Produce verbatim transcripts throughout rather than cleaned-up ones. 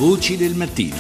Voci del mattino.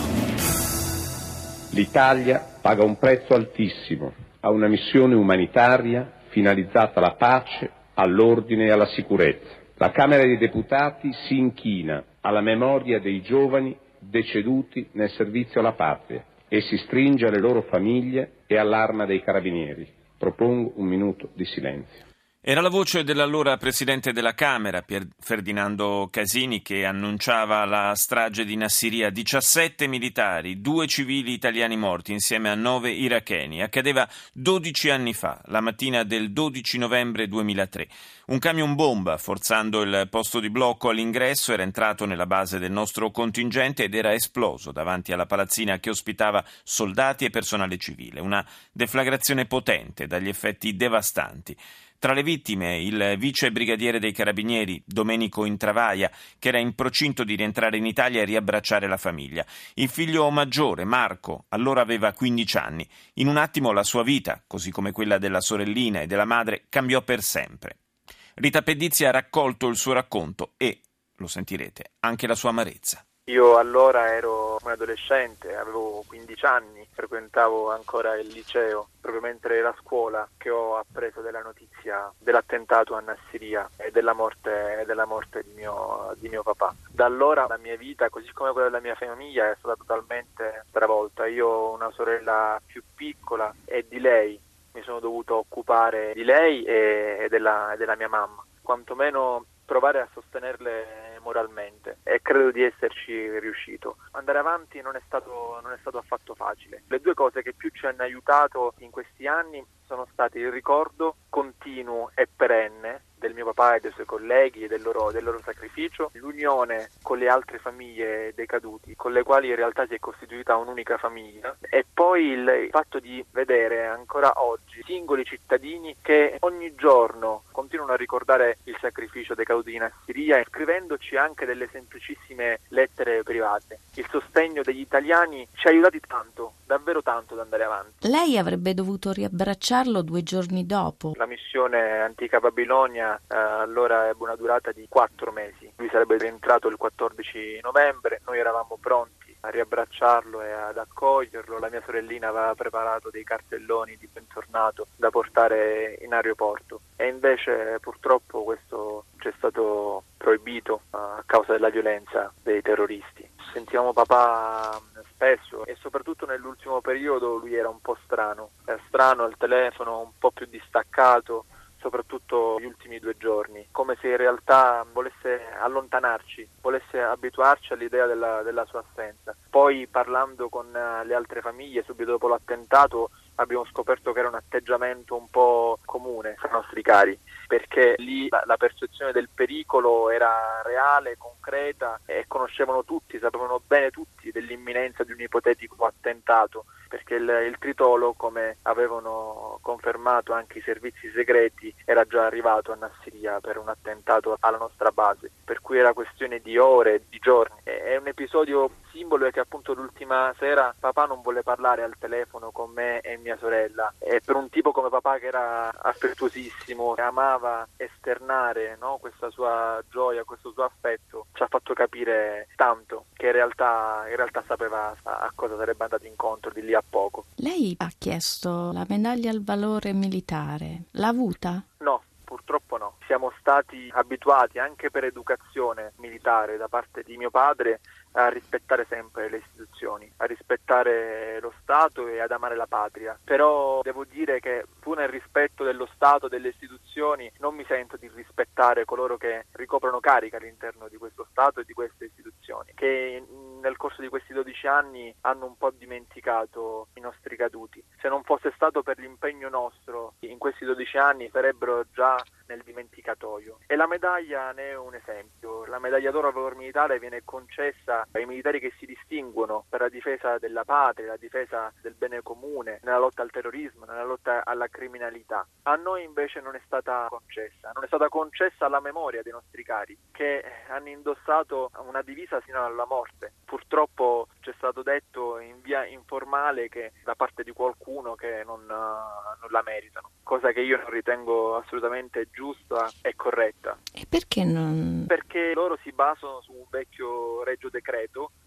L'Italia paga un prezzo altissimo a una missione umanitaria finalizzata alla pace, all'ordine e alla sicurezza. La Camera dei Deputati si inchina alla memoria dei giovani deceduti nel servizio alla patria e si stringe alle loro famiglie e all'Arma dei Carabinieri. Propongo un minuto di silenzio. Era la voce dell'allora Presidente della Camera, Pier Ferdinando Casini, che annunciava la strage di Nassiriya. diciassette militari, due civili italiani morti insieme a nove iracheni. Accadeva dodici anni fa, la mattina del dodici novembre duemilatré. Un camion bomba, forzando il posto di blocco all'ingresso, era entrato nella base del nostro contingente ed era esploso davanti alla palazzina che ospitava soldati e personale civile. Una deflagrazione potente, dagli effetti devastanti. Tra le vittime il vice brigadiere dei Carabinieri, Domenico Intravaglia, che era in procinto di rientrare in Italia e riabbracciare la famiglia. Il figlio maggiore, Marco, allora aveva quindici anni. In un attimo la sua vita, così come quella della sorellina e della madre, cambiò per sempre. Rita Pedizzi ha raccolto il suo racconto e, lo sentirete, anche la sua amarezza. Io allora ero un adolescente, avevo quindici anni, frequentavo ancora il liceo, proprio mentre era a scuola che ho appreso della notizia dell'attentato a Nassiriya e della morte, della morte di, mio, di mio papà. Da allora la mia vita, così come quella della mia famiglia, è stata totalmente stravolta. Io ho una sorella più piccola e di lei mi sono dovuto occupare di lei e, e, della, e della mia mamma, quantomeno provare a sostenerle moralmente, e credo di esserci riuscito. Andare avanti non è stato, non è stato affatto facile. Le due cose che più ci hanno aiutato in questi anni sono stati il ricordo continuo e perenne del mio papà e dei suoi colleghi e del loro, del loro sacrificio, l'unione con le altre famiglie dei caduti, con le quali in realtà si è costituita un'unica famiglia, e poi il fatto di vedere ancora oggi singoli cittadini che ogni giorno continuano a ricordare il sacrificio dei caduti di Nassiriya, scrivendoci anche delle semplicissime lettere private. Il sostegno degli italiani ci ha aiutati tanto, davvero tanto, ad andare avanti. Lei avrebbe dovuto riabbracciarlo due giorni dopo. La missione Antica Babilonia eh, allora ebbe una durata di quattro mesi. Lui sarebbe rientrato il quattordici novembre, noi eravamo pronti a riabbracciarlo e ad accoglierlo. La mia sorellina aveva preparato dei cartelloni di bentornato da portare in aeroporto, e invece purtroppo questo ci è stato proibito a causa della violenza dei terroristi. Sentivamo papà spesso e soprattutto nell'ultimo periodo lui era un po' strano, era strano al telefono, un po' più distaccato, soprattutto gli ultimi due giorni, come se in realtà volesse allontanarci, volesse abituarci all'idea della, della sua assenza. Poi, parlando con le altre famiglie subito dopo l'attentato, abbiamo scoperto che era un atteggiamento un po' comune tra i nostri cari, perché lì la, la percezione del pericolo era reale, concreta, e conoscevano tutti, sapevano bene tutti dell'imminenza di un ipotetico attentato, perché il, il tritolo, come avevano confermato anche i servizi segreti, era già arrivato a Nassiriya per un attentato alla nostra base, per cui era questione di ore, di giorni. È un episodio simbolo, è che appunto l'ultima sera papà non volle parlare al telefono con me e mia sorella, e per un tipo come papà, che era affettuosissimo, che amava esternare, no, questa sua gioia, questo suo affetto, ci ha fatto capire tanto, che in realtà, in realtà sapeva a, a cosa sarebbe andato incontro di lì a poco. Lei ha chiesto la medaglia al valore militare, l'ha avuta? No. Purtroppo no. Siamo stati abituati anche per educazione militare da parte di mio padre a rispettare sempre le istituzioni, a rispettare lo Stato e ad amare la patria. Però devo dire che pur nel rispetto dello Stato, delle istituzioni, non mi sento di rispettare coloro che ricoprono carica all'interno di questo Stato e di queste istituzioni, che nel corso di questi dodici anni hanno un po' dimenticato i nostri caduti. Se non fosse stato per l'impegno nostro in questi dodici anni, sarebbero già nel dimenticatoio. E la medaglia ne è un esempio. La medaglia d'oro al valor militare viene concessa ai militari che si distinguono per la difesa della patria, la difesa del bene comune, nella lotta al terrorismo, nella lotta alla criminalità. A noi invece non è stata concessa, non è stata concessa alla memoria dei nostri cari, che hanno indossato una divisa sino alla morte. Purtroppo c'è stato detto in via informale che da parte di qualcuno che non, non la meritano, cosa che io non ritengo assolutamente giusta e corretta. E perché non? Perché loro si basano su un vecchio regio decreto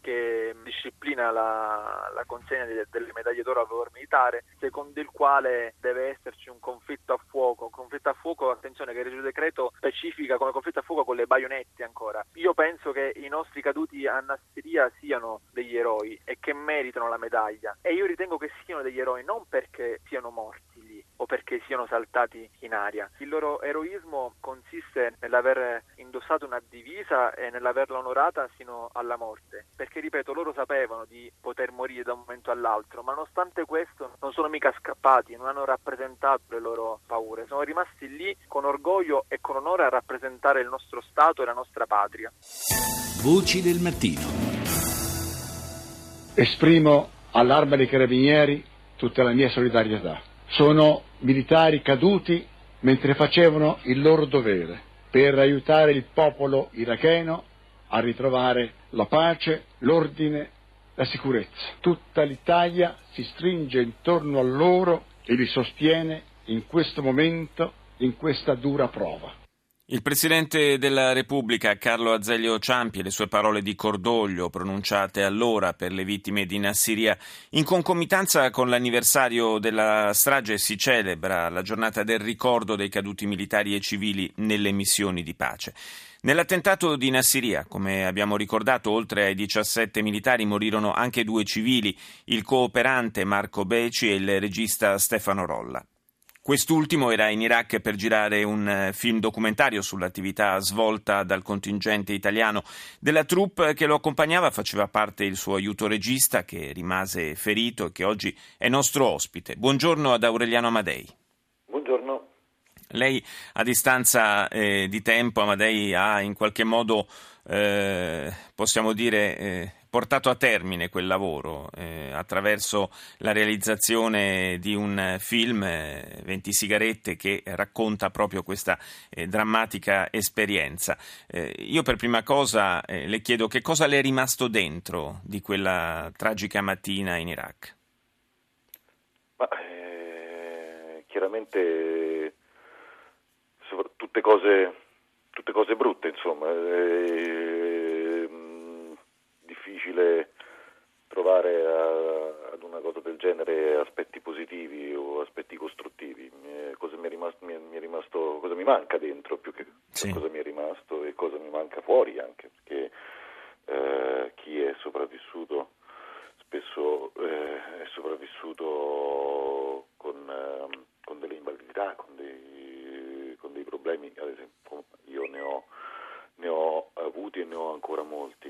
che disciplina la, la consegna delle, delle medaglie d'oro al valor militare, secondo il quale deve esserci un conflitto a fuoco. Un conflitto a fuoco, attenzione, che il decreto specifica come conflitto a fuoco con le baionette ancora. Io penso che i nostri caduti a Nassiriya siano degli eroi e che meritano la medaglia, e io ritengo che siano degli eroi non perché siano morti lì o perché siano saltati in aria. Il loro eroismo consiste nell'aver indossato una divisa e nell'averla onorata sino alla morte, perché ripeto, loro sapevano di poter morire da un momento all'altro, ma nonostante questo non sono mica scappati, non hanno rappresentato le loro paure, sono rimasti lì con orgoglio e con onore a rappresentare il nostro Stato e la nostra patria. Voci del mattino. Esprimo all'Arma dei Carabinieri tutta la mia solidarietà. Sono militari caduti mentre facevano il loro dovere per aiutare il popolo iracheno a ritrovare la pace, l'ordine, la sicurezza. Tutta l'Italia si stringe intorno a loro e li sostiene in questo momento, in questa dura prova. Il Presidente della Repubblica, Carlo Azeglio Ciampi, e le sue parole di cordoglio pronunciate allora per le vittime di Nassiriya. In concomitanza con l'anniversario della strage si celebra la giornata del ricordo dei caduti militari e civili nelle missioni di pace. Nell'attentato di Nassiriya, come abbiamo ricordato, oltre ai diciassette militari morirono anche due civili, il cooperante Marco Beci e il regista Stefano Rolla. Quest'ultimo era in Iraq per girare un film documentario sull'attività svolta dal contingente italiano. Della troupe che lo accompagnava faceva parte il suo aiuto regista, che rimase ferito e che oggi è nostro ospite. Buongiorno ad Aureliano Amadei. Buongiorno. Lei, a distanza eh, di tempo, Amadei, ha in qualche modo, eh, possiamo dire, eh, portato a termine quel lavoro eh, attraverso la realizzazione di un film, eh, venti sigarette, che racconta proprio questa eh, drammatica esperienza. Eh, io per prima cosa eh, le chiedo che cosa le è rimasto dentro di quella tragica mattina in Iraq. Ma, eh, chiaramente tutte cose, tutte cose brutte, insomma. Eh, mh, difficile trovare a, ad una cosa del genere aspetti positivi o aspetti costruttivi. Eh, cosa mi è rimasto, mi è, mi è rimasto, cosa mi manca dentro più che sì. Cosa mi è rimasto e cosa mi manca fuori, anche perché eh, chi è sopravvissuto spesso eh, è sopravvissuto con, eh, con delle invalidità, con dei, con dei problemi, ad esempio io ne ho, ne ho avuti e ne ho ancora molti.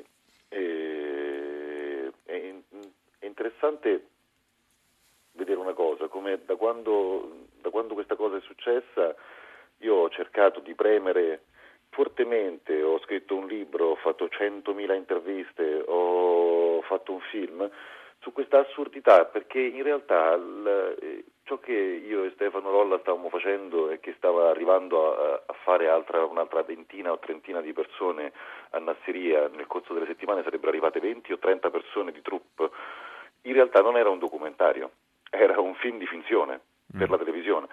E, è, è interessante vedere una cosa, come da quando, da quando questa cosa è successa io ho cercato di premere fortemente, ho scritto un libro, ho fatto centomila interviste, ho fatto un film su questa assurdità, perché in realtà il, ciò che io e Stefano Rolla stavamo facendo e che stava arrivando a, a fare altra, un'altra ventina o trentina di persone a Nassiriya, nel corso delle settimane sarebbero arrivate venti o trenta persone di troupe, in realtà non era un documentario, era un film di finzione per la televisione.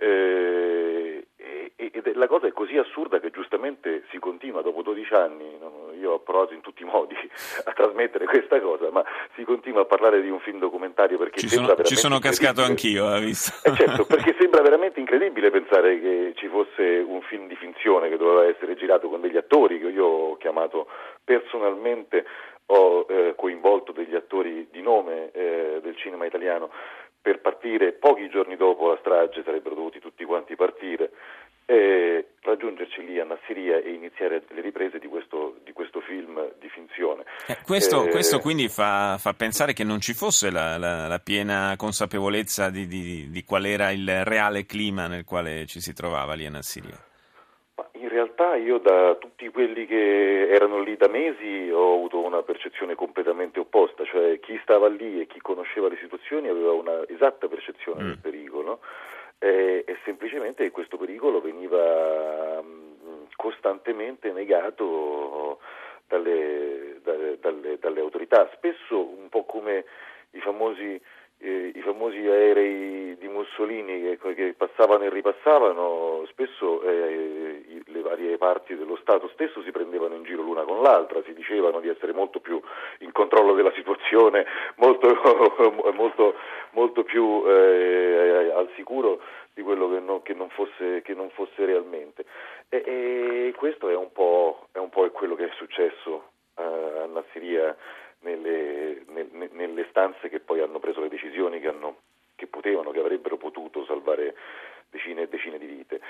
Eh, ed la cosa è così assurda che giustamente si continua dopo dodici anni, io ho provato in tutti i modi a trasmettere questa cosa, ma si continua a parlare di un film documentario perché ci sembra sono, ci sono cascato anch'io, ha visto? Eh certo, perché sembra veramente incredibile pensare che ci fosse un film di finzione che doveva essere girato con degli attori che io ho chiamato personalmente, ho eh, coinvolto degli attori di nome eh, del cinema italiano per partire pochi giorni dopo la strage, sarebbero dovuti tutti quanti partire, e raggiungerci lì a Nassiriya e iniziare le riprese di questo, di questo film di finzione. Eh, questo, eh, questo quindi fa, fa pensare che non ci fosse la, la, la piena consapevolezza di, di, di qual era il reale clima nel quale ci si trovava lì a Nassiriya. Ma in realtà io da tutti quelli che erano lì da mesi ho avuto una percezione completamente opposta, cioè chi stava lì e chi conosceva le situazioni aveva una esatta percezione mm. del pericolo. E, e semplicemente questo pericolo veniva mh, costantemente negato dalle, dalle, dalle, dalle autorità, spesso un po' come i famosi, eh, i famosi aerei di Mussolini che, che passavano e ripassavano, spesso eh, i, le varie parti dello Stato stesso si prendevano in giro l'una con l'altra, si dicevano di essere molto più in controllo controllo della situazione, molto, molto, molto più eh, al sicuro di quello che non, che non fosse, che non fosse realmente. E, e questo è un po' è un po' quello che è successo uh, a Nassiriya nelle, nelle, nelle stanze che poi hanno preso le decisioni che, hanno, che potevano, che avrebbero potuto salvare decine e decine di vite.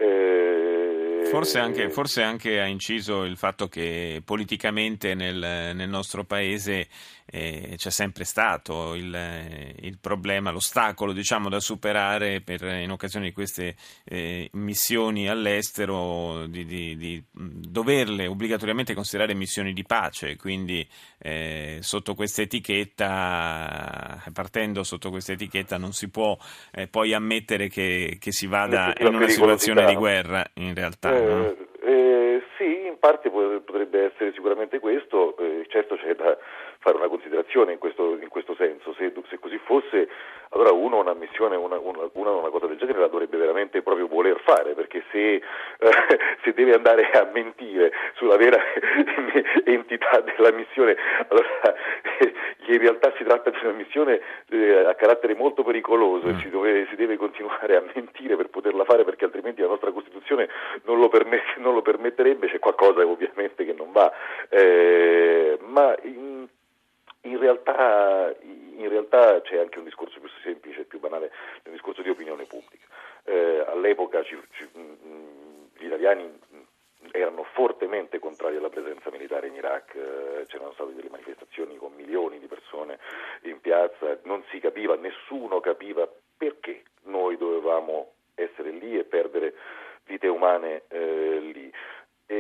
Eh, forse, anche, forse anche ha inciso il fatto che politicamente nel, nel nostro paese eh, c'è sempre stato il, il problema, l'ostacolo diciamo da superare per, in occasione di queste eh, missioni all'estero di, di, di doverle obbligatoriamente considerare missioni di pace, quindi eh, sotto questa etichetta, partendo sotto questa etichetta non si può eh, poi ammettere che, che si vada in una situazione di guerra in realtà. Eh, no? eh, sì, in parte potrebbe essere sicuramente questo, eh, certo c'è da fare una considerazione in questo, in questo senso, se, se così fosse allora uno una missione, una, una, una, una cosa del genere la dovrebbe veramente proprio voler fare, perché se, eh, se deve andare a mentire sulla vera entità della missione, allora eh, in realtà si tratta di una missione eh, a carattere molto pericoloso mm. e si, dove, si deve continuare a mentire per poterla fare, perché altrimenti la nostra Costituzione non lo, permette, non lo permetterebbe, c'è qualcosa ovviamente che non va, eh, ma in, in realtà in realtà c'è anche un discorso più semplice e più banale, un discorso di opinione pubblica. Eh, all'epoca ci, ci, gli italiani erano fortemente contrari alla presenza militare in Iraq, eh, c'erano state delle manifestazioni con milioni di persone in piazza, non si capiva, nessuno capiva perché noi dovevamo essere lì e perdere vite umane eh, lì. E,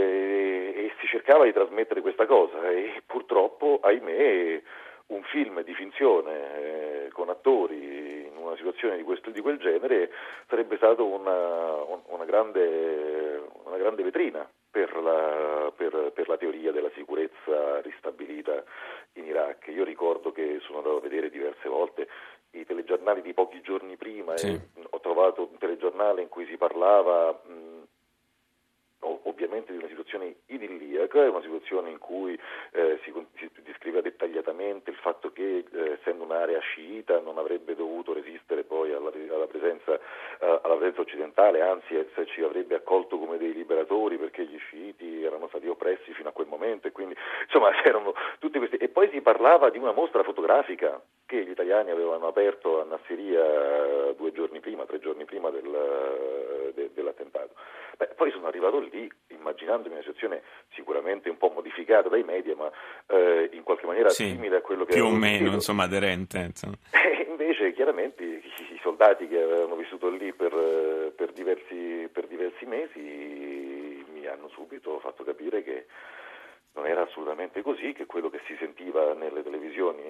e si cercava di trasmettere questa cosa e purtroppo, ahimè, un film di finzione eh, con attori in una situazione di, questo, di quel genere sarebbe stato una, una, grande, una grande vetrina per la, per, per la teoria della sicurezza ristabilita in Iraq. Io ricordo che sono andato a vedere diverse volte i telegiornali di pochi giorni prima sì. e ho trovato un telegiornale in cui si parlava mh, ovviamente di una situazione idilliaca, una situazione in cui eh, si, si descriveva dettagliatamente il fatto che eh, essendo un'area sciita non avrebbe dovuto resistere poi alla, alla, presenza, uh, alla presenza occidentale, anzi se ci avrebbe accolto come dei liberatori perché gli sciiti erano stati oppressi fino a quel momento e quindi insomma c'erano tutti questi. E poi si parlava di una mostra fotografica che gli italiani avevano aperto a Nassiriya due giorni prima, tre giorni prima del, de, dell'attentato. Beh, poi sono arrivato lì immaginandomi una situazione sicuramente un po' modificata dai media, ma eh, in qualche maniera sì, simile a quello che più o avevo meno, sentito. insomma, aderente. Insomma. E invece chiaramente i, i soldati che avevano vissuto lì per, per, diversi, per diversi mesi mi hanno subito fatto capire che non era assolutamente così, che quello che si sentiva nelle televisioni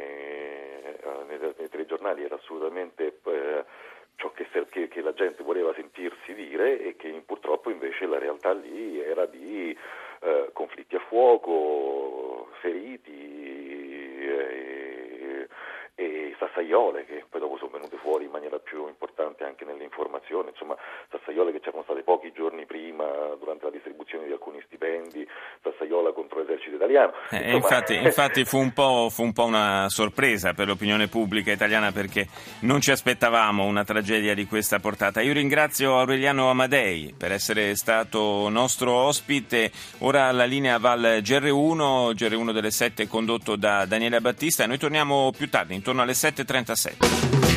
e nei, nei telegiornali era assolutamente eh, ciò che, che, che la gente voleva sentirsi dire e che purtroppo invece la realtà lì era di eh, conflitti a fuoco, feriti e, e sassaiole che poi dopo sono venute fuori in maniera più importante anche nelle informazioni, insomma sassaiole che c'erano state pochi giorni prima durante la distribuzione di alcuni stipendi, sassaiola contro l'esercito italiano. Eh, infatti, infatti fu un po' fu un po' una sorpresa per l'opinione pubblica italiana, perché non ci aspettavamo una tragedia di questa portata. Io ringrazio Aureliano Amadei per essere stato nostro ospite. Ora la linea va al G R uno, G R uno delle sette condotto da Daniele Battista, e noi torniamo più tardi, intorno alle sette e trentasette.